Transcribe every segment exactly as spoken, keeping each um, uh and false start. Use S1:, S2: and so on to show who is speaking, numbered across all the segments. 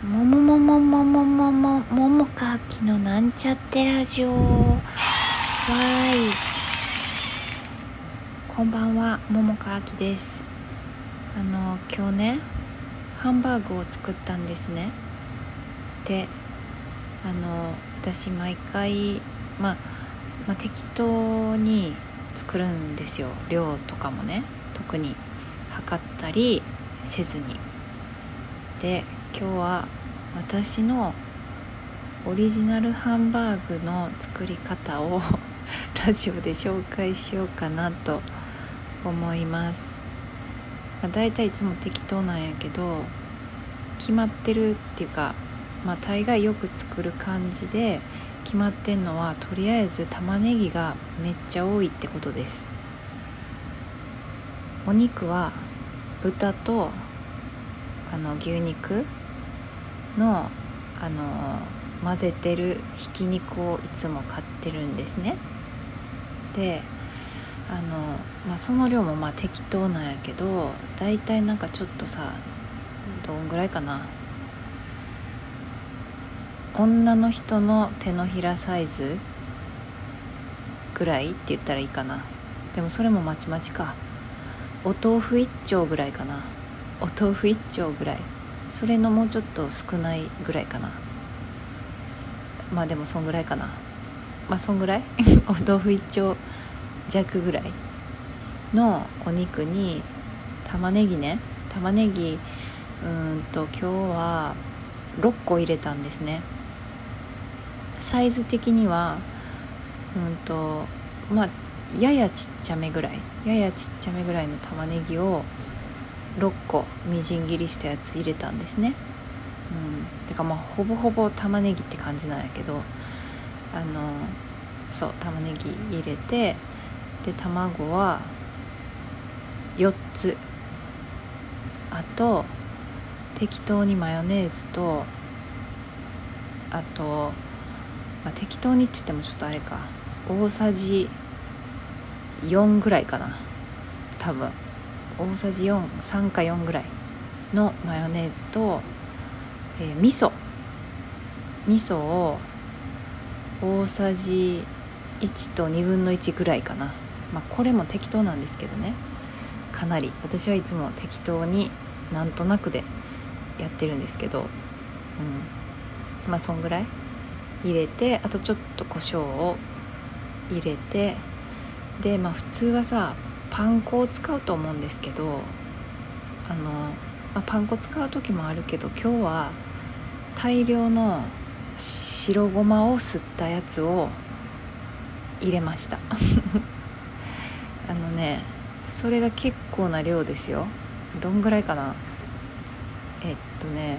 S1: ももももももももももかあきのなんちゃってラジオ。わーい、こんばんは、ももかあきです。あの今日ねハンバーグを作ったんですね。であの私毎回、まあ、まあ適当に作るんですよ。量とかもね特に測ったりせずに。で今日は私のオリジナルハンバーグの作り方をラジオで紹介しようかなと思います。まあ、だいたいいつも適当なんやけど決まってるっていうか、まあ、大概よく作る感じで決まってんのはとりあえず玉ねぎがめっちゃ多いってことです。お肉は豚とあの牛肉のあの混ぜてるひき肉をいつも買ってるんですね。であの、まあ、その量もまあ適当なんやけどだいたいなんかちょっとさどんぐらいかな、女の人の手のひらサイズぐらいって言ったらいいかな。でもそれもまちまちか。お豆腐一丁ぐらいかな。お豆腐一丁ぐらい、それのもうちょっと少ないぐらいかな。まあでもそんぐらいかな。まあそんぐらいお豆腐一丁弱ぐらいのお肉に玉ねぎね玉ねぎうーんと今日はろっこ入れたんですね。サイズ的にはうんとまあややちっちゃめぐらいややちっちゃめぐらいの玉ねぎをろっこみじん切りしたやつ入れたんですね。うん、てかまあほぼほぼ玉ねぎって感じなんやけど、あのそう玉ねぎ入れて、で卵はよっつ、あと適当にマヨネーズと、あと、まあ、適当にって言ってもちょっとあれか、大さじよんぐらいかな、多分大さじよん、さんかよんぐらいのマヨネーズと、えー、味噌味噌を大さじいちとにぶんのいちぐらいかな。まあこれも適当なんですけどね、かなり私はいつも適当になんとなくでやってるんですけど、うん、まあそんぐらい入れて、あとちょっと胡椒を入れて、でまあ普通はさパン粉を使うと思うんですけど、あの、まあ、パン粉使う時もあるけど今日は大量の白ごまを吸ったやつを入れましたあのねそれが結構な量ですよ。どんぐらいかな、えっとね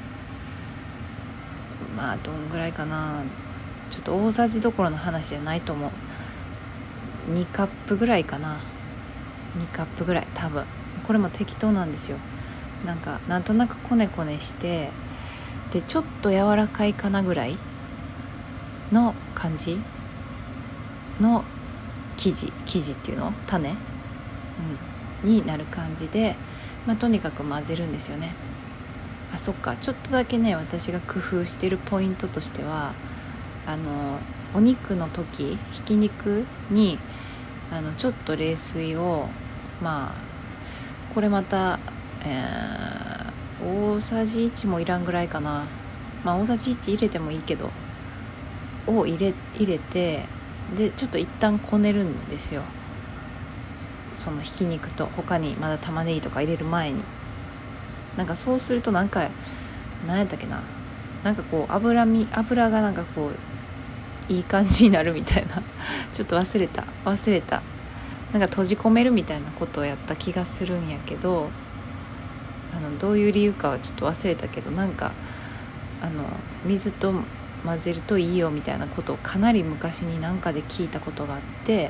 S1: まあどんぐらいかな、ちょっと大さじどころの話じゃないと思う。にカップぐらいかな、にカップぐらい多分。これも適当なんですよ。なんかなんとなくコネコネして、でちょっと柔らかいかなぐらいの感じの生地生地っていうの種、うん、になる感じで、まあ、とにかく混ぜるんですよね。あ、そっか、ちょっとだけね私が工夫してるポイントとしては、あのお肉の時ひき肉にあのちょっと冷水を、まあこれまた、えー、大さじいちもいらんぐらいかな、まあ大さじいち入れてもいいけどを入れ入れて、でちょっと一旦こねるんですよ。そのひき肉と他にまだ玉ねぎとか入れる前に。なんかそうするとなんか何やったっけな、なんかこう脂身油がなんかこういい感じになるみたいなちょっと忘れた忘れたなんか閉じ込めるみたいなことをやった気がするんやけど、あのどういう理由かはちょっと忘れたけど、なんかあの水と混ぜるといいよみたいなことをかなり昔に何かで聞いたことがあって、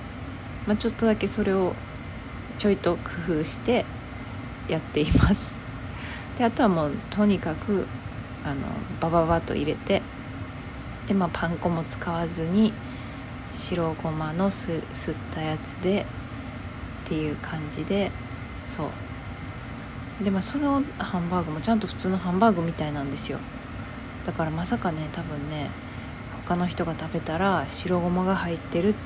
S1: まあ、ちょっとだけそれをちょいと工夫してやっています。であとはもうとにかくあのバババッと入れて、で、まあ、パン粉も使わずに白ごまのす吸ったやつでっていう感じで、そうで、まあ、そのハンバーグもちゃんと普通のハンバーグみたいなんですよ。 だからまさかね、多分ね他の人が食べたら白ごまが入ってるって、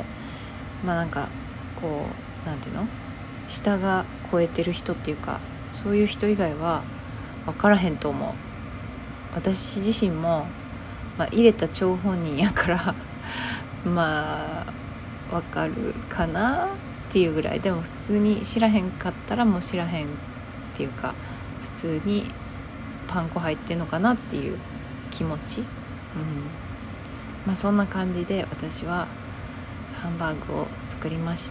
S1: まあなんかこうなんていうの、舌が超えてる人っていうか、そういう人以外は分からへんと思う。私自身も、まあ、入れた張本人やからまあ分かるかなっていうぐらい。でも普通に知らへんかったらもう知らへんっていうか、普通にパン粉入ってんのかなっていう気持ち、うん、まあそんな感じで私はハンバーグを作りまして、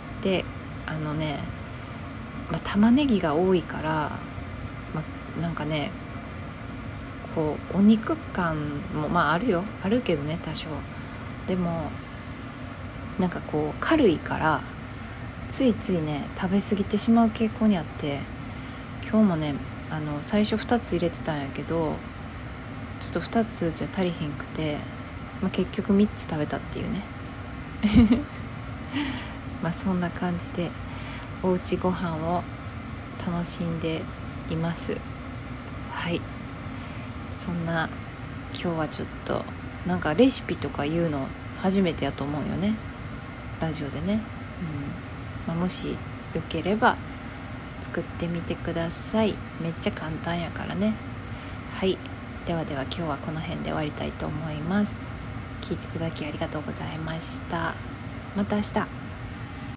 S1: あのね、まあ、玉ねぎが多いから、まあ、なんかねこうお肉感もまああるよ、あるけどね多少。でもなんかこう軽いからついついね食べ過ぎてしまう傾向にあって、今日もねあの最初ふたつ入れてたんやけど、ちょっとふたつじゃ足りひんくて、まあ、結局みっつ食べたっていうねまあそんな感じでおうちご飯を楽しんでいます。はい、そんな今日はちょっとなんかレシピとか言うの初めてやと思うよね、ラジオでね、うんまあ、もしよければ作ってみてください。めっちゃ簡単やからね。はい、ではでは今日はこの辺で終わりたいと思います。聞いていただきありがとうございました。また明日。